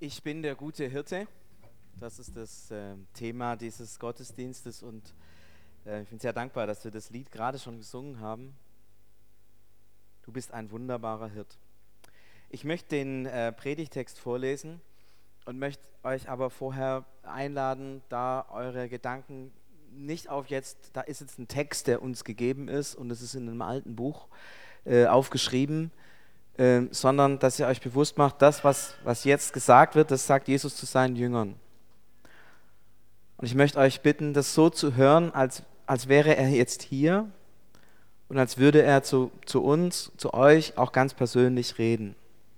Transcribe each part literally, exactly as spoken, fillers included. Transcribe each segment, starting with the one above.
Ich bin der gute Hirte. Das ist das äh, Thema dieses Gottesdienstes und äh, ich bin sehr dankbar, dass wir das Lied gerade schon gesungen haben. Du bist ein wunderbarer Hirt. Ich möchte den äh, Predigtext vorlesen und möchte euch aber vorher einladen, da eure Gedanken nicht auf jetzt, da ist jetzt ein Text, der uns gegeben ist und es ist in einem alten Buch äh, aufgeschrieben, äh, sondern dass ihr euch bewusst macht, das, was, was jetzt gesagt wird, das sagt Jesus zu seinen Jüngern. Und ich möchte euch bitten, das so zu hören, als, als wäre er jetzt hier und als würde er zu, zu uns, zu euch auch ganz persönlich reden.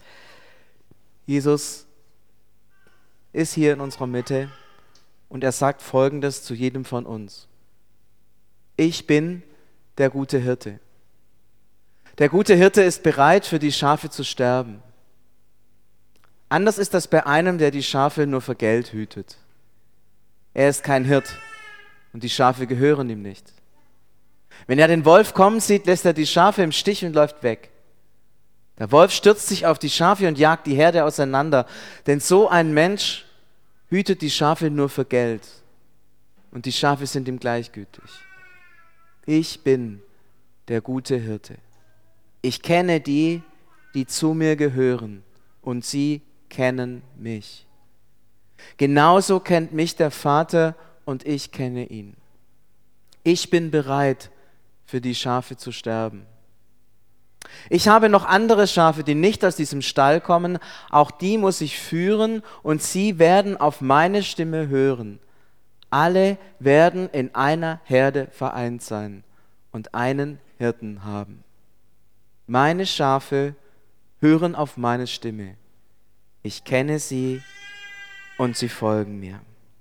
Jesus ist hier in unserer Mitte und er sagt Folgendes zu jedem von uns. Ich bin der gute Hirte. Der gute Hirte ist bereit, für die Schafe zu sterben. Anders ist das bei einem, der die Schafe nur für Geld hütet. Er ist kein Hirt und die Schafe gehören ihm nicht. Wenn er den Wolf kommen sieht, lässt er die Schafe im Stich und läuft weg. Der Wolf stürzt sich auf die Schafe und jagt die Herde auseinander, denn so ein Mensch hütet die Schafe nur für Geld und die Schafe sind ihm gleichgültig. Ich bin der gute Hirte. Ich kenne die, die zu mir gehören und sie kennen mich. Genauso kennt mich der Vater und ich kenne ihn. Ich bin bereit, für die Schafe zu sterben. Ich habe noch andere Schafe, die nicht aus diesem Stall kommen, auch die muss ich führen und sie werden auf meine Stimme hören. Alle werden in einer Herde vereint sein und einen Hirten haben. Meine Schafe hören auf meine Stimme. Ich kenne sie und sie folgen mir.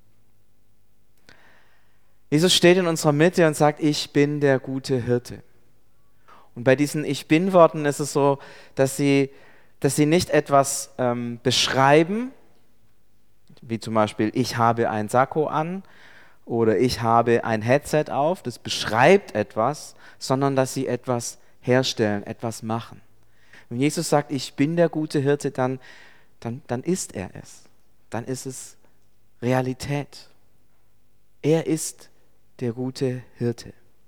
Jesus steht in unserer Mitte und sagt, ich bin der gute Hirte. Und bei diesen Ich-Bin-Worten ist es so, dass sie, dass sie nicht etwas ähm, beschreiben, wie zum Beispiel, ich habe ein Sakko an oder ich habe ein Headset auf, das beschreibt etwas, sondern dass sie etwas herstellen, etwas machen. Wenn Jesus sagt, ich bin der gute Hirte, dann, dann, dann ist er es. Dann ist es Realität. Er ist der gute Hirte.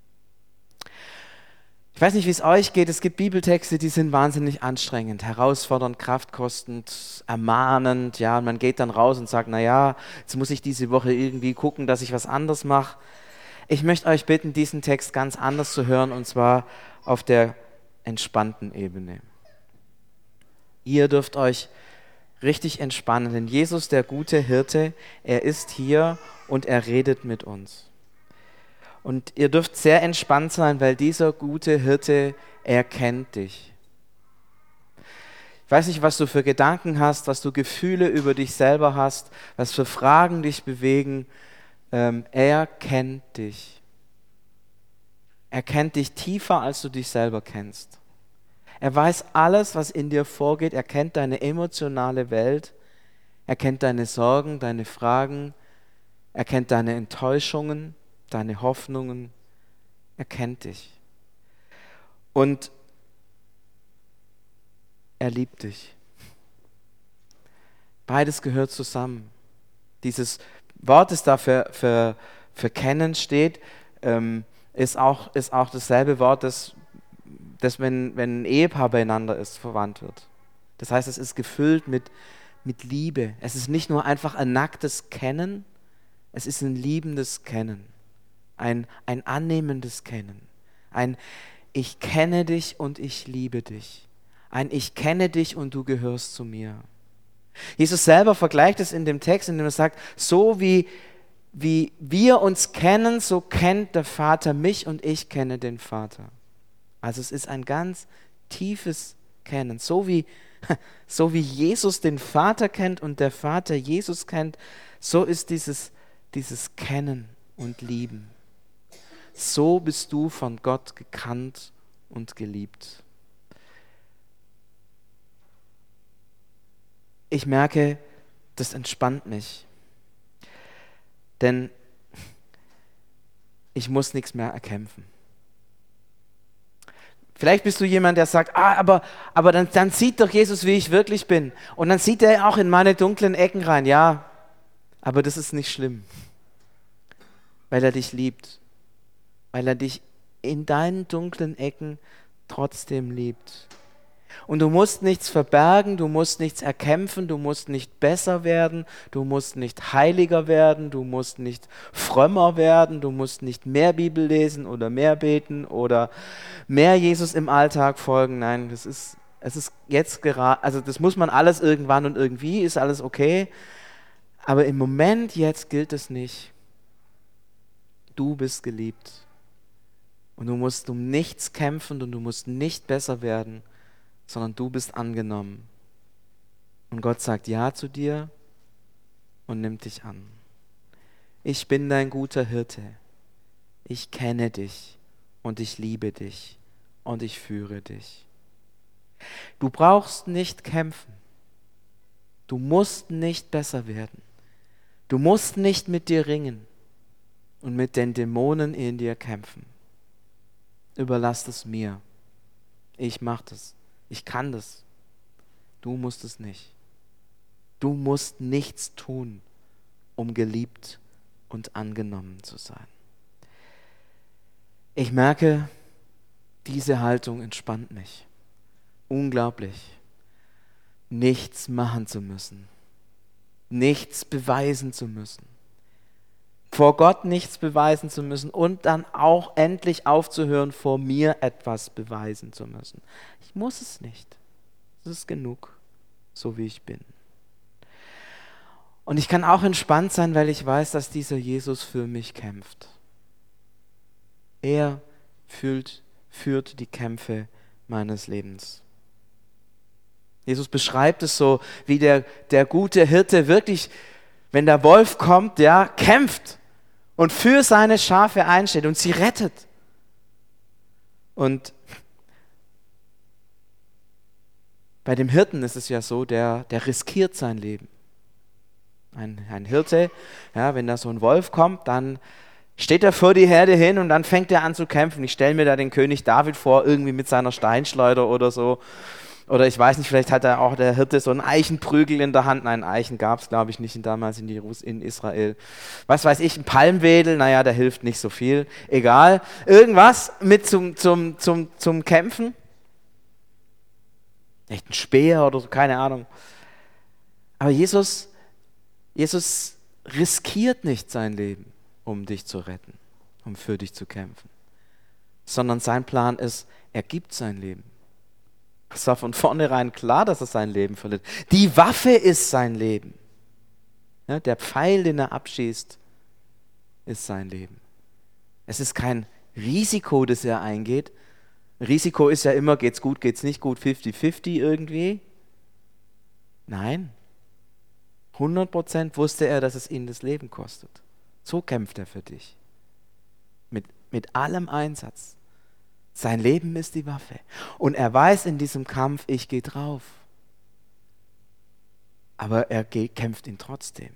Ich weiß nicht, wie es euch geht, es gibt Bibeltexte, die sind wahnsinnig anstrengend, herausfordernd, kraftkostend, ermahnend, ja, und man geht dann raus und sagt, naja, jetzt muss ich diese Woche irgendwie gucken, dass ich was anderes mache. Ich möchte euch bitten, diesen Text ganz anders zu hören, und zwar auf der entspannten Ebene. Ihr dürft euch richtig entspannen, denn Jesus, der gute Hirte, er ist hier und er redet mit uns. Und ihr dürft sehr entspannt sein, weil dieser gute Hirte, er kennt dich. Ich weiß nicht, was du für Gedanken hast, was du Gefühle über dich selber hast, was für Fragen dich bewegen. Ähm, er kennt dich. Er kennt dich tiefer, als du dich selber kennst. Er weiß alles, was in dir vorgeht. Er kennt deine emotionale Welt. Er kennt deine Sorgen, deine Fragen. Er kennt deine Enttäuschungen, deine Hoffnungen. Er kennt dich. Und er liebt dich. Beides gehört zusammen. Dieses Wort, das da für, für, für kennen steht, ähm, ist, auch, ist auch dasselbe Wort, das das, wenn, wenn ein Ehepaar beieinander ist, verwandt wird. Das heißt, es ist gefüllt mit, mit Liebe. Es ist nicht nur einfach ein nacktes Kennen, es ist ein liebendes Kennen, ein, ein annehmendes Kennen, ein Ich kenne dich und ich liebe dich, ein Ich kenne dich und du gehörst zu mir. Jesus selber vergleicht es in dem Text, in dem er sagt, so wie, wie wir uns kennen, so kennt der Vater mich und ich kenne den Vater. Also es ist ein ganz tiefes Kennen. So wie, so wie Jesus den Vater kennt und der Vater Jesus kennt, so ist dieses, dieses Kennen und Lieben. So bist du von Gott gekannt und geliebt. Ich merke, das entspannt mich. Denn ich muss nichts mehr erkämpfen. Vielleicht bist du jemand, der sagt, ah, aber, aber dann, dann sieht doch Jesus, wie ich wirklich bin. Und dann sieht er auch in meine dunklen Ecken rein. Ja, aber das ist nicht schlimm, weil er dich liebt, weil er dich in deinen dunklen Ecken trotzdem liebt. Und du musst nichts verbergen, du musst nichts erkämpfen, du musst nicht besser werden, du musst nicht heiliger werden, du musst nicht frömmer werden, du musst nicht mehr Bibel lesen oder mehr beten oder mehr Jesus im Alltag folgen. Nein, das ist, es ist jetzt gerade, also das muss man alles irgendwann und irgendwie, ist alles okay. Aber im Moment jetzt gilt es nicht. Du bist geliebt. Und du musst um nichts kämpfen und du musst nicht besser werden, sondern du bist angenommen. Und Gott sagt Ja zu dir und nimmt dich an. Ich bin dein guter Hirte. Ich kenne dich und ich liebe dich und ich führe dich. Du brauchst nicht kämpfen. Du musst nicht besser werden. Du musst nicht mit dir ringen und mit den Dämonen in dir kämpfen. Überlass es mir. Ich mach das. Ich kann das. Du musst es nicht. Du musst nichts tun, um geliebt und angenommen zu sein. Ich merke, diese Haltung entspannt mich. Unglaublich. Nichts machen zu müssen. Nichts beweisen zu müssen. Vor Gott nichts beweisen zu müssen und dann auch endlich aufzuhören, vor mir etwas beweisen zu müssen. Ich muss es nicht. Es ist genug, so wie ich bin. Und ich kann auch entspannt sein, weil ich weiß, dass dieser Jesus für mich kämpft. Er fühlt, führt die Kämpfe meines Lebens. Jesus beschreibt es so, wie der, der gute Hirte wirklich, wenn der Wolf kommt, ja, kämpft und für seine Schafe einsteht und sie rettet. Und bei dem Hirten ist es ja so, der, der riskiert sein Leben. Ein, ein Hirte, ja, wenn da so ein Wolf kommt, dann steht er vor die Herde hin und dann fängt er an zu kämpfen. Ich stelle mir da den König David vor, irgendwie mit seiner Steinschleuder oder so. Oder ich weiß nicht, vielleicht hat er auch der Hirte so einen Eichenprügel in der Hand. Nein, Eichen gab es, glaube ich, nicht damals in, Jerus- in Israel. Was weiß ich, ein Palmwedel, naja, der hilft nicht so viel. Egal. Irgendwas mit zum, zum, zum, zum Kämpfen. Echt ein Speer oder so, keine Ahnung. Aber Jesus, Jesus riskiert nicht sein Leben, um dich zu retten, um für dich zu kämpfen. Sondern sein Plan ist, er gibt sein Leben. Es war von vornherein klar, dass er sein Leben verliert. Die Waffe ist sein Leben. Ja, der Pfeil, den er abschießt, ist sein Leben. Es ist kein Risiko, das er eingeht. Risiko ist ja immer, geht's gut, geht's nicht gut, fünfzig fünfzig irgendwie. Nein. hundert Prozent wusste er, dass es ihn das Leben kostet. So kämpft er für dich. Mit, mit allem Einsatz. Sein Leben ist die Waffe. Und er weiß in diesem Kampf, ich gehe drauf. Aber er geht, kämpft ihn trotzdem.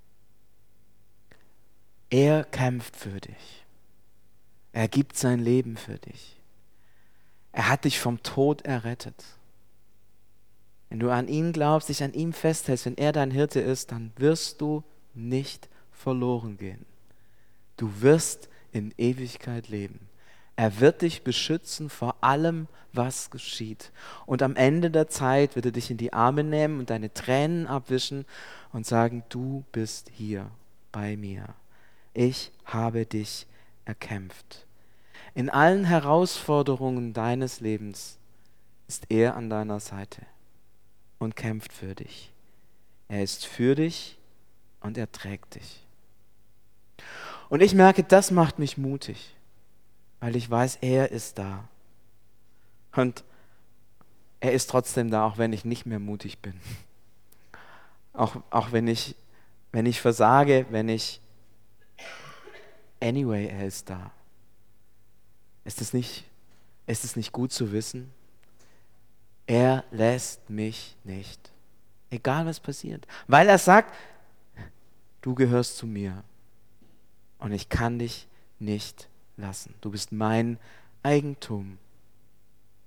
Er kämpft für dich. Er gibt sein Leben für dich. Er hat dich vom Tod errettet. Wenn du an ihn glaubst, dich an ihm festhältst, wenn er dein Hirte ist, dann wirst du nicht verloren gehen. Du wirst in Ewigkeit leben. Er wird dich beschützen vor allem, was geschieht. Und am Ende der Zeit wird er dich in die Arme nehmen und deine Tränen abwischen und sagen, du bist hier bei mir. Ich habe dich erkämpft. In allen Herausforderungen deines Lebens ist er an deiner Seite und kämpft für dich. Er ist für dich und er trägt dich. Und ich merke, das macht mich mutig. Weil ich weiß, er ist da. Und er ist trotzdem da, auch wenn ich nicht mehr mutig bin. Auch, auch wenn ich, wenn ich versage, wenn ich... Anyway, er ist da. Ist es nicht, ist es nicht gut zu wissen? Er lässt mich nicht. Egal was passiert. Weil er sagt, du gehörst zu mir. Und ich kann dich nicht lassen. Du bist mein Eigentum.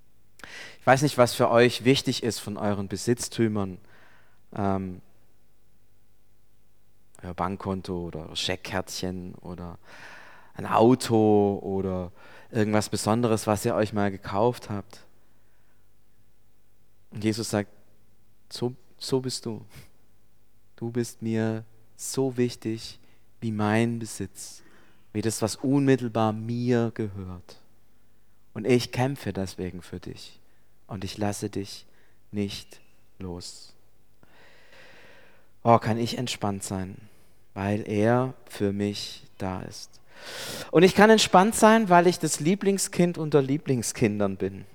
Ich weiß nicht, was für euch wichtig ist von euren Besitztümern. Ähm, euer Bankkonto oder Scheckkärtchen oder ein Auto oder irgendwas Besonderes, was ihr euch mal gekauft habt. Und Jesus sagt, so, so bist du. Du bist mir so wichtig wie mein Besitz, wie das, was unmittelbar mir gehört. Und ich kämpfe deswegen für dich und ich lasse dich nicht los. Oh, kann ich entspannt sein, weil er für mich da ist. Und ich kann entspannt sein, weil ich das Lieblingskind unter Lieblingskindern bin.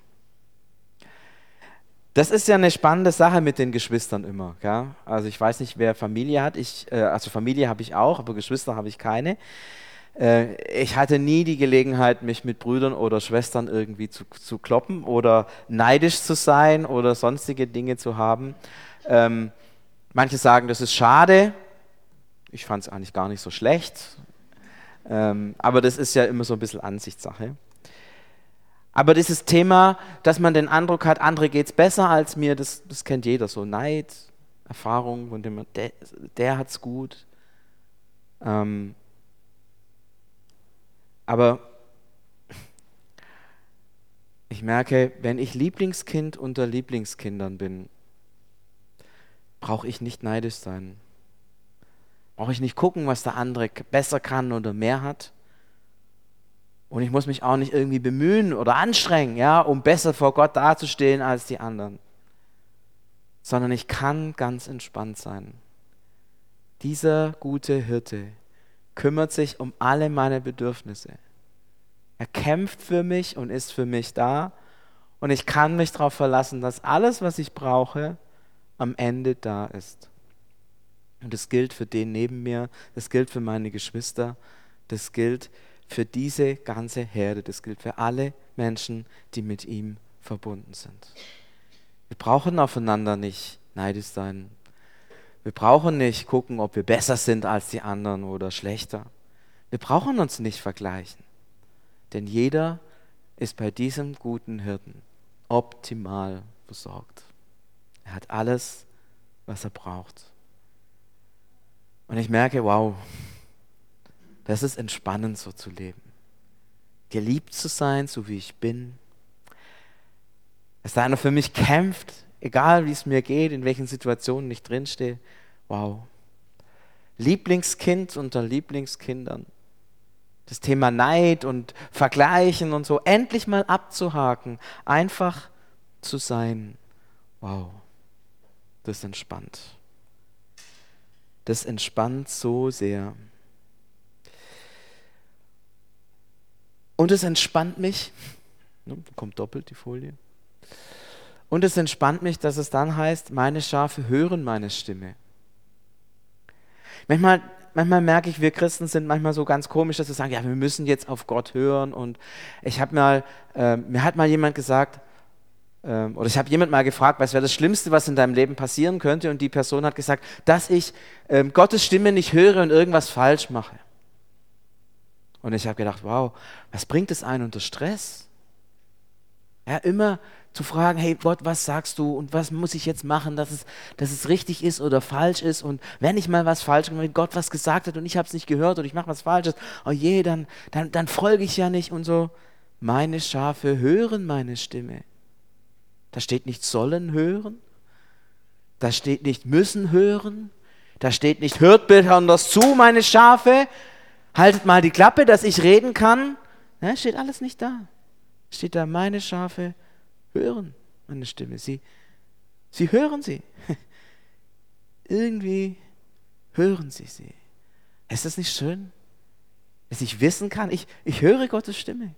Das ist ja eine spannende Sache mit den Geschwistern immer. Gell? Also ich weiß nicht, wer Familie hat. Ich, äh, also Familie habe ich auch, aber Geschwister habe ich keine. Äh, ich hatte nie die Gelegenheit, mich mit Brüdern oder Schwestern irgendwie zu, zu kloppen oder neidisch zu sein oder sonstige Dinge zu haben. Ähm, manche sagen, das ist schade. Ich fand es eigentlich gar nicht so schlecht. Ähm, aber das ist ja immer so ein bisschen Ansichtssache. Aber dieses Thema, dass man den Eindruck hat, andere geht es besser als mir, das, das kennt jeder. So Neid, Erfahrung, von dem man, der, der hat es gut. Ähm, aber ich merke, wenn ich Lieblingskind unter Lieblingskindern bin, brauche ich nicht neidisch sein. Brauche ich nicht gucken, was der andere besser kann oder mehr hat. Und ich muss mich auch nicht irgendwie bemühen oder anstrengen, ja, um besser vor Gott dazustehen als die anderen. Sondern ich kann ganz entspannt sein. Dieser gute Hirte kümmert sich um alle meine Bedürfnisse. Er kämpft für mich und ist für mich da. Und ich kann mich darauf verlassen, dass alles, was ich brauche, am Ende da ist. Und das gilt für den neben mir, das gilt für meine Geschwister, das gilt für diese ganze Herde, das gilt für alle Menschen, die mit ihm verbunden sind. Wir brauchen aufeinander nicht neidisch sein. Wir brauchen nicht gucken, ob wir besser sind als die anderen oder schlechter. Wir brauchen uns nicht vergleichen. Denn jeder ist bei diesem guten Hirten optimal versorgt. Er hat alles, was er braucht. Und ich merke, wow, das ist entspannend, so zu leben. Geliebt zu sein, so wie ich bin. Dass da einer für mich kämpft, egal wie es mir geht, in welchen Situationen ich drinstehe. Wow. Lieblingskind unter Lieblingskindern. Das Thema Neid und Vergleichen und so endlich mal abzuhaken. Einfach zu sein. Wow. Das entspannt. Das entspannt so sehr. Und es entspannt mich, ne, kommt doppelt die Folie, und es entspannt mich, dass es dann heißt, meine Schafe hören meine Stimme. Manchmal, manchmal merke ich, wir Christen sind manchmal so ganz komisch, dass wir sagen, ja, wir müssen jetzt auf Gott hören. Und ich habe mal, äh, mir hat mal jemand gesagt, äh, oder ich habe jemand mal gefragt, was wäre das Schlimmste, was in deinem Leben passieren könnte? Und die Person hat gesagt, dass ich äh, Gottes Stimme nicht höre und irgendwas falsch mache. Und ich habe gedacht, wow, was bringt es einen unter Stress? Ja, immer zu fragen, hey Gott, was sagst du und was muss ich jetzt machen, dass es, dass es richtig ist oder falsch ist, und wenn ich mal was falsch mache, wenn Gott was gesagt hat und ich habe es nicht gehört oder ich mache was Falsches, oh je, dann, dann, dann folge ich ja nicht und so. Meine Schafe hören meine Stimme. Da steht nicht sollen hören, da steht nicht müssen hören, da steht nicht hört besonders zu, meine Schafe, haltet mal die Klappe, dass ich reden kann. Ne, steht alles nicht da. Steht da, meine Schafe hören meine Stimme. Sie, sie hören sie. Irgendwie hören sie sie. Ist das nicht schön? Dass ich wissen kann, ich, ich höre Gottes Stimme.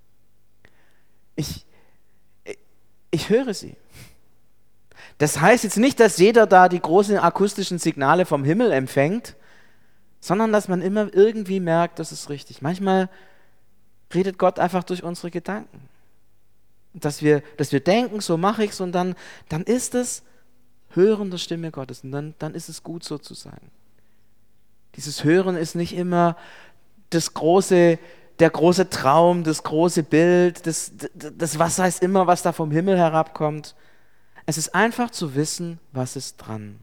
Ich, ich, ich höre sie. Das heißt jetzt nicht, dass jeder da die großen akustischen Signale vom Himmel empfängt, sondern dass man immer irgendwie merkt, das ist richtig. Manchmal redet Gott einfach durch unsere Gedanken. Dass wir, dass wir denken, so mache ich es, und dann, dann ist es Hören der Stimme Gottes, und dann, dann ist es gut, so zu sein. Dieses Hören ist nicht immer das große der große Traum, das große Bild, das, das, das was heißt immer, was da vom Himmel herabkommt. Es ist einfach zu wissen, was ist dran.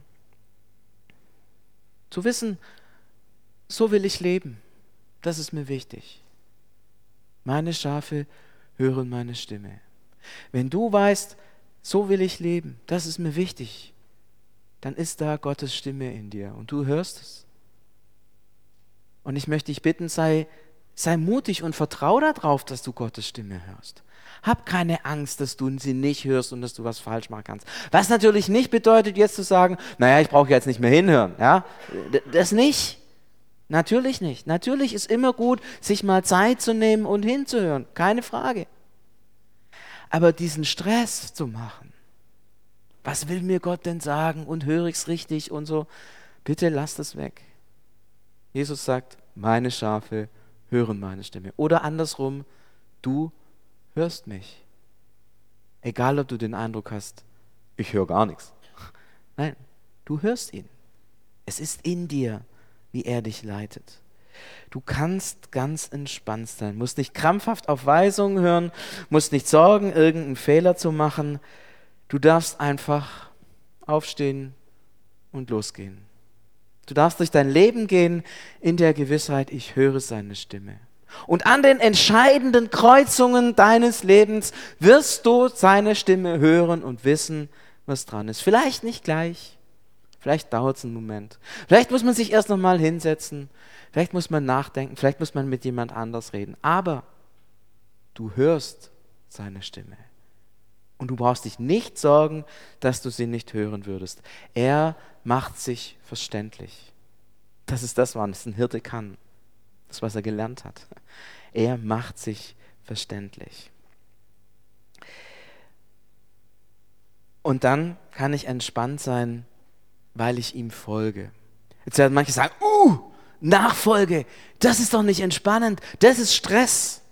Zu wissen, so will ich leben. Das ist mir wichtig. Meine Schafe hören meine Stimme. Wenn du weißt, so will ich leben, das ist mir wichtig, dann ist da Gottes Stimme in dir und du hörst es. Und ich möchte dich bitten, sei, sei mutig und vertraue darauf, dass du Gottes Stimme hörst. Hab keine Angst, dass du sie nicht hörst und dass du was falsch machen kannst. Was natürlich nicht bedeutet, jetzt zu sagen, naja, ich brauche jetzt nicht mehr hinhören. Ja? Das nicht. Natürlich nicht. Natürlich ist immer gut, sich mal Zeit zu nehmen und hinzuhören. Keine Frage. Aber diesen Stress zu machen, was will mir Gott denn sagen und höre ich es richtig und so, bitte lass das weg. Jesus sagt, meine Schafe hören meine Stimme. Oder andersrum, du hörst mich. Egal, ob du den Eindruck hast, ich höre gar nichts. Nein, du hörst ihn. Es ist in dir, wie er dich leitet. Du kannst ganz entspannt sein, musst nicht krampfhaft auf Weisungen hören, musst nicht sorgen, irgendeinen Fehler zu machen. Du darfst einfach aufstehen und losgehen. Du darfst durch dein Leben gehen in der Gewissheit, ich höre seine Stimme. Und an den entscheidenden Kreuzungen deines Lebens wirst du seine Stimme hören und wissen, was dran ist. Vielleicht nicht gleich, vielleicht dauert es einen Moment. Vielleicht muss man sich erst noch mal hinsetzen, vielleicht muss man nachdenken, vielleicht muss man mit jemand anders reden. Aber du hörst seine Stimme. Und du brauchst dich nicht sorgen, dass du sie nicht hören würdest. Er macht sich verständlich. Das ist das, was ein Hirte kann. Das, was er gelernt hat. Er macht sich verständlich. Und dann kann ich entspannt sein, weil ich ihm folge. Jetzt werden manche sagen, uh, Nachfolge, das ist doch nicht entspannend, das ist Stress.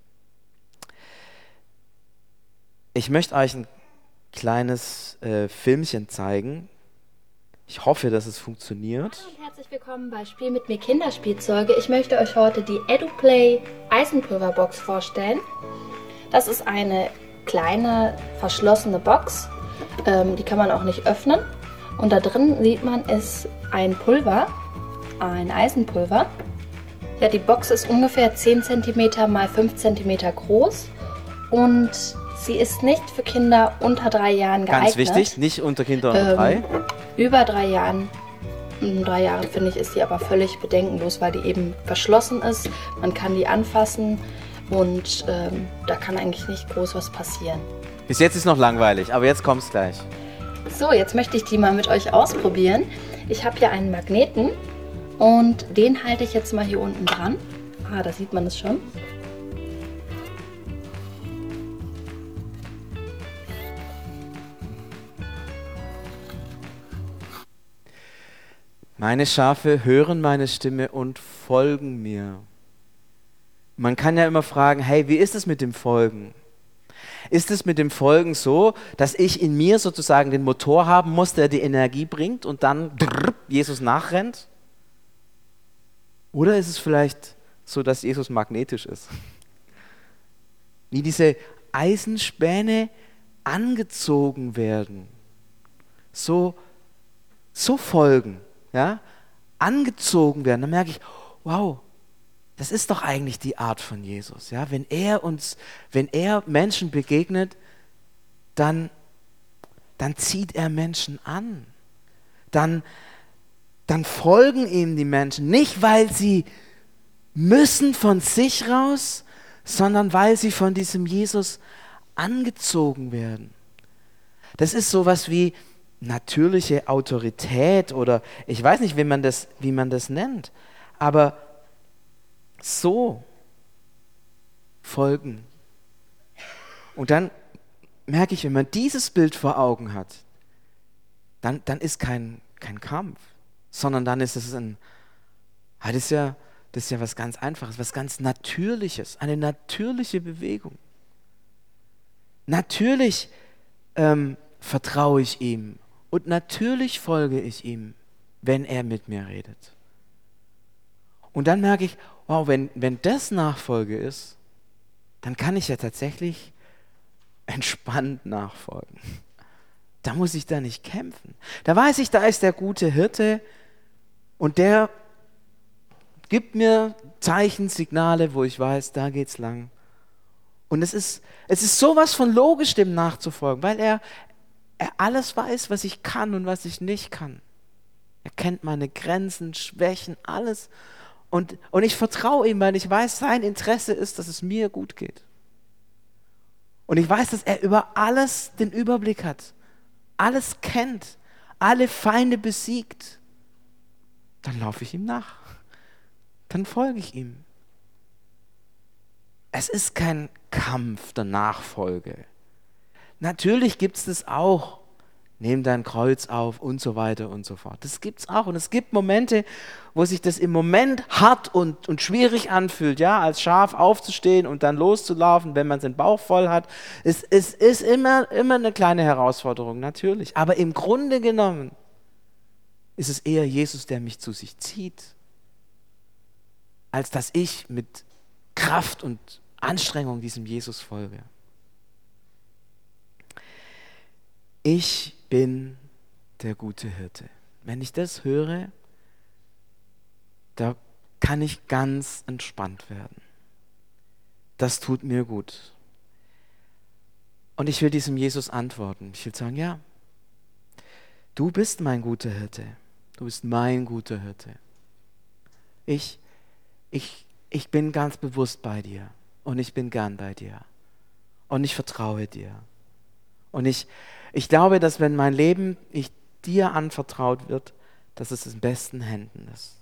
Ich möchte euch ein kleines äh, Filmchen zeigen. Ich hoffe, dass es funktioniert. Hallo und herzlich willkommen bei Spiel mit mir Kinderspielzeuge. Ich möchte euch heute die EduPlay Eisenpulverbox vorstellen. Das ist eine kleine verschlossene Box. Ähm, die kann man auch nicht öffnen. Und da drin sieht man, ist ein Pulver, ein Eisenpulver. Ja, die Box ist ungefähr zehn Zentimeter mal fünf Zentimeter groß und sie ist nicht für Kinder unter drei Jahren geeignet. Ganz wichtig, nicht unter Kinder unter ähm, drei. Über drei Jahren, in drei Jahren finde ich, ist die aber völlig bedenkenlos, weil die eben verschlossen ist. Man kann die anfassen und ähm, da kann eigentlich nicht groß was passieren. Bis jetzt ist noch langweilig, aber jetzt kommt's gleich. So, jetzt möchte ich die mal mit euch ausprobieren. Ich habe hier einen Magneten und den halte ich jetzt mal hier unten dran. Ah, da sieht man es schon. Meine Schafe hören meine Stimme und folgen mir. Man kann ja immer fragen, hey, wie ist es mit dem Folgen? Ist es mit dem Folgen so, dass ich in mir sozusagen den Motor haben muss, der die Energie bringt und dann drrr, Jesus nachrennt? Oder ist es vielleicht so, dass Jesus magnetisch ist? Wie diese Eisenspäne angezogen werden. So, so folgen. Ja, angezogen werden, dann merke ich, wow, das ist doch eigentlich die Art von Jesus. Ja, wenn er uns, wenn er Menschen begegnet, dann, dann zieht er Menschen an. Dann, dann folgen ihm die Menschen, nicht weil sie müssen von sich raus, sondern weil sie von diesem Jesus angezogen werden. Das ist sowas wie natürliche Autorität oder ich weiß nicht, wie man das, wie man das nennt, aber so folgen. Und dann merke ich, wenn man dieses Bild vor Augen hat, dann, dann ist kein, kein Kampf, sondern dann ist es ein, das ist ja, das ist ja was ganz Einfaches, was ganz Natürliches, eine natürliche Bewegung. Natürlich ähm, vertraue ich ihm. Und natürlich folge ich ihm, wenn er mit mir redet. Und dann merke ich, wow, wenn, wenn das Nachfolge ist, dann kann ich ja tatsächlich entspannt nachfolgen. Da muss ich da nicht kämpfen. Da weiß ich, da ist der gute Hirte und der gibt mir Zeichen, Signale, wo ich weiß, da geht's lang. Und es ist, es ist sowas von logisch, dem nachzufolgen, weil er, er alles weiß, was ich kann und was ich nicht kann. Er kennt meine Grenzen, Schwächen, alles. Und, und ich vertraue ihm, weil ich weiß, sein Interesse ist, dass es mir gut geht. Und ich weiß, dass er über alles den Überblick hat, alles kennt, alle Feinde besiegt. Dann laufe ich ihm nach. Dann folge ich ihm. Es ist kein Kampf der Nachfolge. Natürlich gibt es das auch. Nimm dein Kreuz auf und so weiter und so fort. Das gibt es auch. Und es gibt Momente, wo sich das im Moment hart und, und schwierig anfühlt, ja, als Schaf aufzustehen und dann loszulaufen, wenn man den Bauch voll hat. Es, es ist immer, immer eine kleine Herausforderung, natürlich. Aber im Grunde genommen ist es eher Jesus, der mich zu sich zieht, als dass ich mit Kraft und Anstrengung diesem Jesus folge. Ich bin der gute Hirte. Wenn ich das höre, da kann ich ganz entspannt werden. Das tut mir gut. Und ich will diesem Jesus antworten. Ich will sagen, ja, du bist mein guter Hirte. Du bist mein guter Hirte. Ich, ich, ich bin ganz bewusst bei dir und ich bin gern bei dir und ich vertraue dir. Und ich, ich glaube, dass wenn mein Leben ich dir anvertraut wird, dass es in besten Händen ist.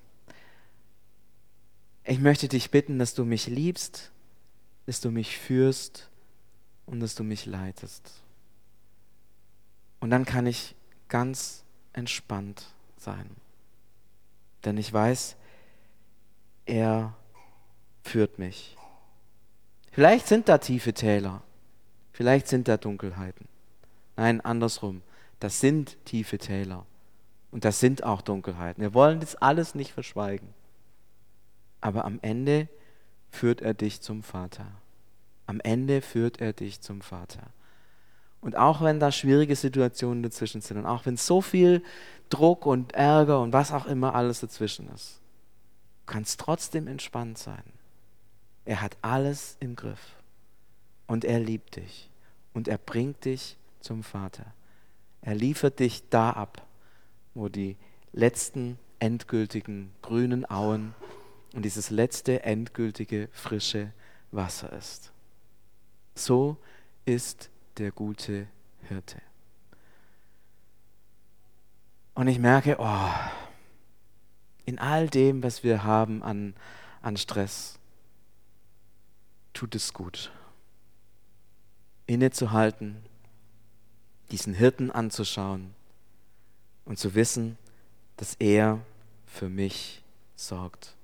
Ich möchte dich bitten, dass du mich liebst, dass du mich führst und dass du mich leitest. Und dann kann ich ganz entspannt sein. Denn ich weiß, er führt mich. Vielleicht sind da tiefe Täler, vielleicht sind da Dunkelheiten. Nein, andersrum. Das sind tiefe Täler und das sind auch Dunkelheiten. Wir wollen das alles nicht verschweigen. Aber am Ende führt er dich zum Vater. Am Ende führt er dich zum Vater. Und auch wenn da schwierige Situationen dazwischen sind und auch wenn so viel Druck und Ärger und was auch immer alles dazwischen ist, du kannst trotzdem entspannt sein. Er hat alles im Griff und er liebt dich und er bringt dich zum Vater. Er liefert dich da ab, wo die letzten endgültigen grünen Auen und dieses letzte endgültige frische Wasser ist. So ist der gute Hirte. Und ich merke, oh, in all dem, was wir haben an, an Stress, tut es gut, innezuhalten, diesen Hirten anzuschauen und zu wissen, dass er für mich sorgt.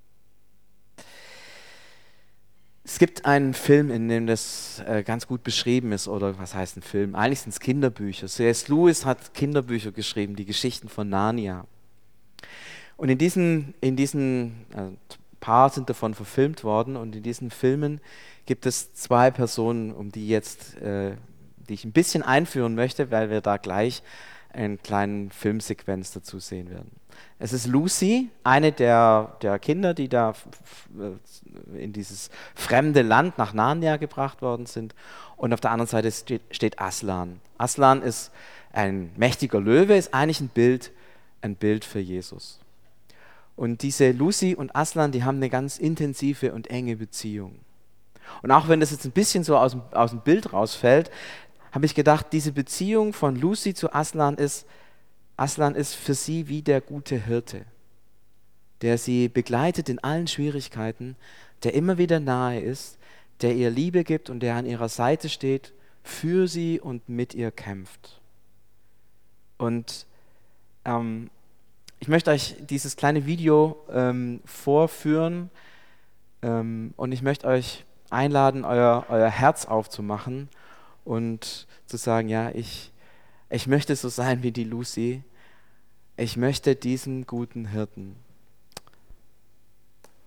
Es gibt einen Film, in dem das äh, ganz gut beschrieben ist, oder was heißt ein Film? Eigentlich sind es Kinderbücher. C S. Lewis hat Kinderbücher geschrieben, die Geschichten von Narnia. Und in diesen, in diesen äh, paar sind davon verfilmt worden, und in diesen Filmen gibt es zwei Personen, um die jetzt, äh, die ich ein bisschen einführen möchte, weil wir da gleich einen kleinen Filmsequenz dazu sehen werden. Es ist Lucy, eine der, der Kinder, die da in dieses fremde Land nach Narnia gebracht worden sind. Und auf der anderen Seite steht, steht Aslan. Aslan ist ein mächtiger Löwe, ist eigentlich ein Bild, ein Bild für Jesus. Und diese Lucy und Aslan, die haben eine ganz intensive und enge Beziehung. Und auch wenn das jetzt ein bisschen so aus dem, aus dem Bild rausfällt, habe ich gedacht, diese Beziehung von Lucy zu Aslan ist, Aslan ist für sie wie der gute Hirte, der sie begleitet in allen Schwierigkeiten, der immer wieder nahe ist, der ihr Liebe gibt und der an ihrer Seite steht, für sie und mit ihr kämpft. Und ähm, ich möchte euch dieses kleine Video ähm, vorführen ähm, und ich möchte euch einladen, euer, euer Herz aufzumachen und zu sagen, ja, ich, ich möchte so sein wie die Lucy. Ich möchte diesen guten Hirten. Ich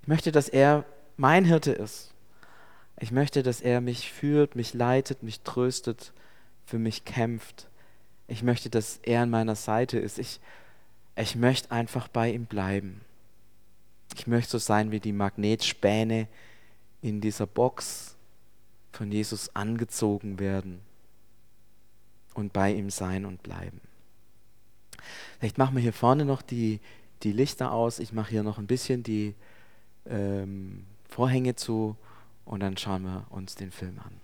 möchte, dass er mein Hirte ist. Ich möchte, dass er mich führt, mich leitet, mich tröstet, für mich kämpft. Ich möchte, dass er an meiner Seite ist. Ich, ich möchte einfach bei ihm bleiben. Ich möchte so sein wie die Magnetspäne in dieser Box, von Jesus angezogen werden und bei ihm sein und bleiben. Vielleicht machen wir hier vorne noch die, die Lichter aus. Ich mache hier noch ein bisschen die ähm, Vorhänge zu und dann schauen wir uns den Film an.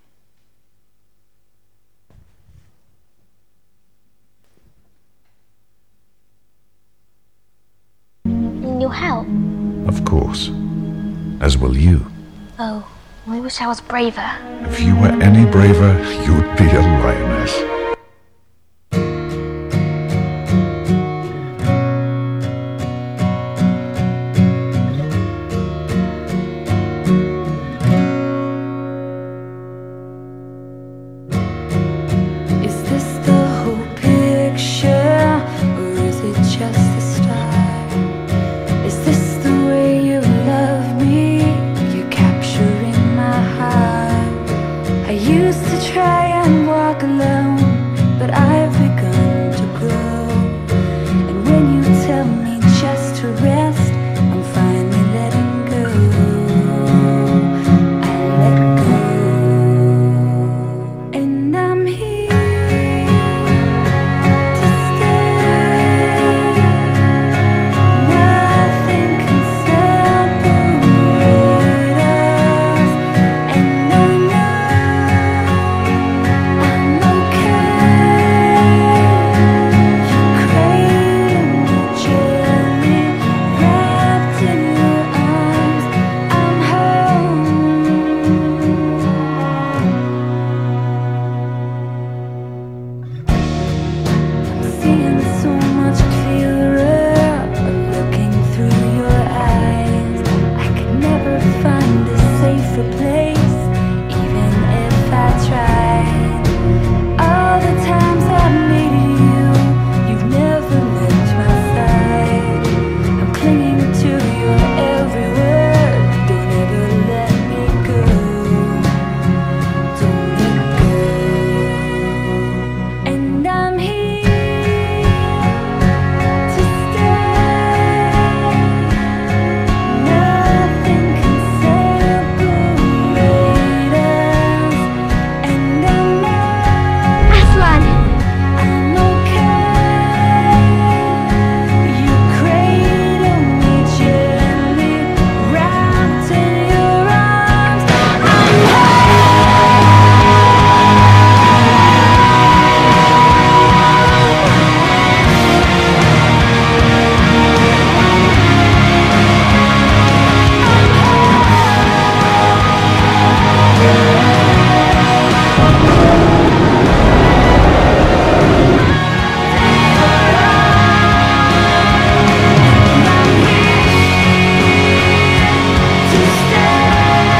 Need your help? Of course. As will you. Oh, I wish I was braver. If you were any braver, you'd be a lioness. Is this the whole picture, or is it just the start? Is this the way you love me? You're capturing my heart. I used to try and walk alone, but I've begun to grow. And when you tell me just to rest, I'm finally letting go. I let go, and I'm here to stay. Nothing can separate us, and I know I'm okay. You cradle me gently, wrapped in your arms. I'm home. I'm seeing so much clearer, looking through your eyes. I could never find a safer place, even if I tried. All the times I've needed you, you've never left my side. I'm clinging to your every word. Don't ever let me go. Don't let go. And I'm here to stay. Nothing can separate us, and I know Aslan! I'm okay. You cradle me gently, wrapped in your arms. I'm to stay.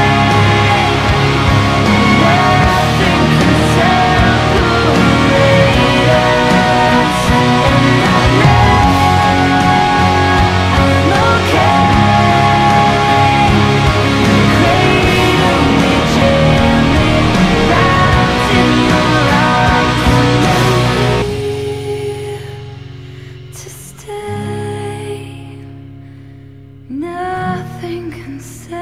Nothing can separate us, and I know I'm okay. You cradle me gently, wrapped in your arms, and I'm here to stay. Nothing can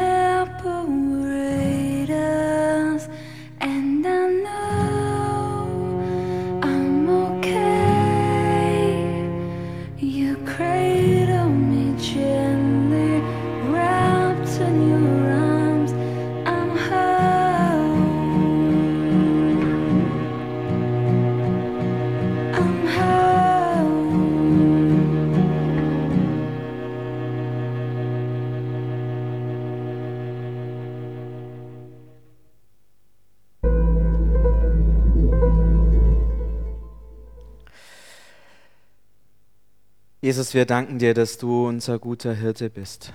separate us, and I know I'm okay. You cradle me gently, wrapped in your arms. I'm home. I'm home. Jesus, wir danken dir, dass du unser guter Hirte bist.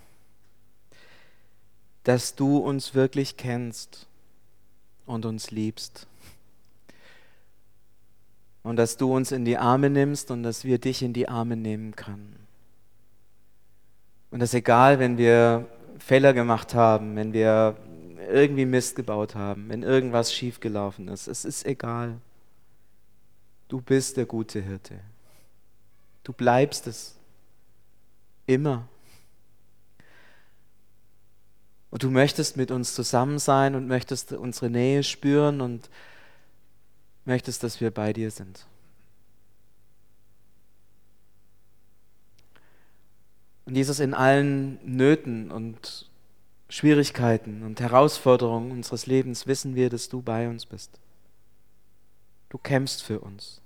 Dass du uns wirklich kennst und uns liebst. Und dass du uns in die Arme nimmst und dass wir dich in die Arme nehmen können. Und dass egal, wenn wir Fehler gemacht haben, wenn wir irgendwie Mist gebaut haben, wenn irgendwas schiefgelaufen ist. Es ist egal. Du bist der gute Hirte. Du bleibst es. Immer. Und du möchtest mit uns zusammen sein und möchtest unsere Nähe spüren und möchtest, dass wir bei dir sind. Und Jesus, in allen Nöten und Schwierigkeiten und Herausforderungen unseres Lebens wissen wir, dass du bei uns bist. Du kämpfst für uns.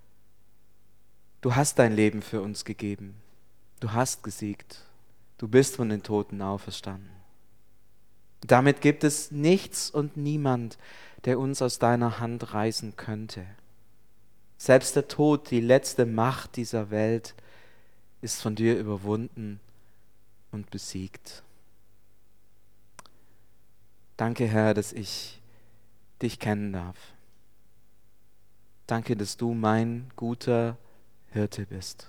Du hast dein Leben für uns gegeben. Du hast gesiegt. Du bist von den Toten auferstanden. Damit gibt es nichts und niemand, der uns aus deiner Hand reißen könnte. Selbst der Tod, die letzte Macht dieser Welt, ist von dir überwunden und besiegt. Danke, Herr, dass ich dich kennen darf. Danke, dass du mein guter Hirte bist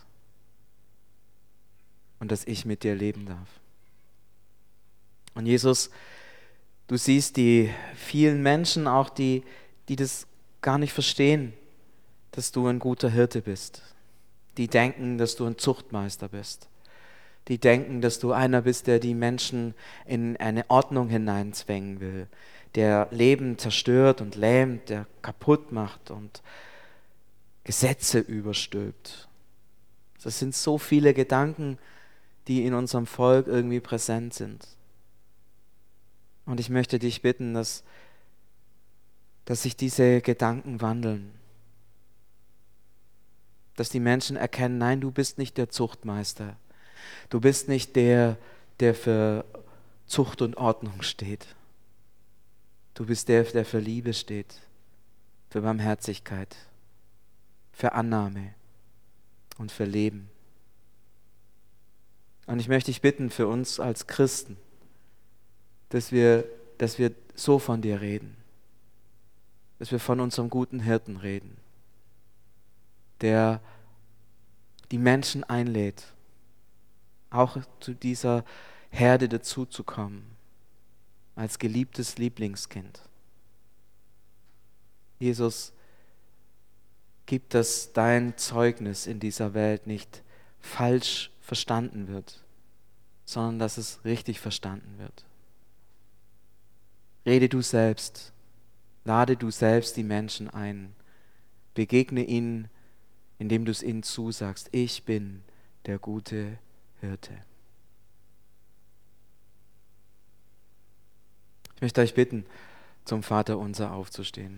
und dass ich mit dir leben darf. Und Jesus, du siehst die vielen Menschen auch, die, die das gar nicht verstehen, dass du ein guter Hirte bist. Die denken, dass du ein Zuchtmeister bist. Die denken, dass du einer bist, der die Menschen in eine Ordnung hineinzwängen will, der Leben zerstört und lähmt, der kaputt macht und Gesetze überstülpt. Das sind so viele Gedanken, die in unserem Volk irgendwie präsent sind. Und ich möchte dich bitten, dass, dass sich diese Gedanken wandeln. Dass die Menschen erkennen, nein, du bist nicht der Zuchtmeister. Du bist nicht der, der für Zucht und Ordnung steht. Du bist der, der für Liebe steht, für Barmherzigkeit, für Annahme und für Leben. Und ich möchte dich bitten für uns als Christen, dass wir, dass wir so von dir reden, dass wir von unserem guten Hirten reden, der die Menschen einlädt, auch zu dieser Herde dazuzukommen, als geliebtes Lieblingskind. Jesus, gib, dass dein Zeugnis in dieser Welt nicht falsch verstanden wird, sondern dass es richtig verstanden wird. Rede du selbst, lade du selbst die Menschen ein, begegne ihnen, indem du es ihnen zusagst, ich bin der gute Hirte. Ich möchte euch bitten, zum Vaterunser aufzustehen.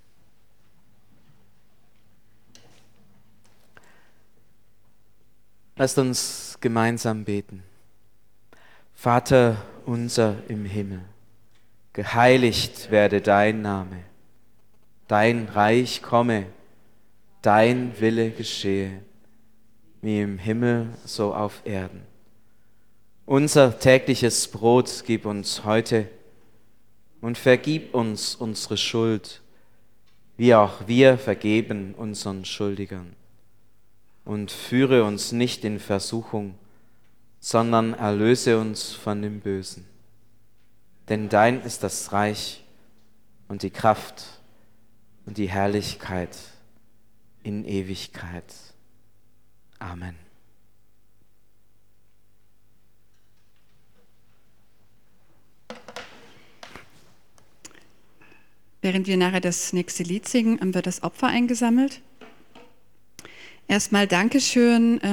Lasst uns gemeinsam beten. Vater unser im Himmel, geheiligt werde dein Name, dein Reich komme, dein Wille geschehe, wie im Himmel so auf Erden. Unser tägliches Brot gib uns heute und vergib uns unsere Schuld, wie auch wir vergeben unseren Schuldigern. Und führe uns nicht in Versuchung, sondern erlöse uns von dem Bösen. Denn dein ist das Reich und die Kraft und die Herrlichkeit in Ewigkeit. Amen. Während wir nachher das nächste Lied singen, wird das Opfer eingesammelt. Erstmal Dankeschön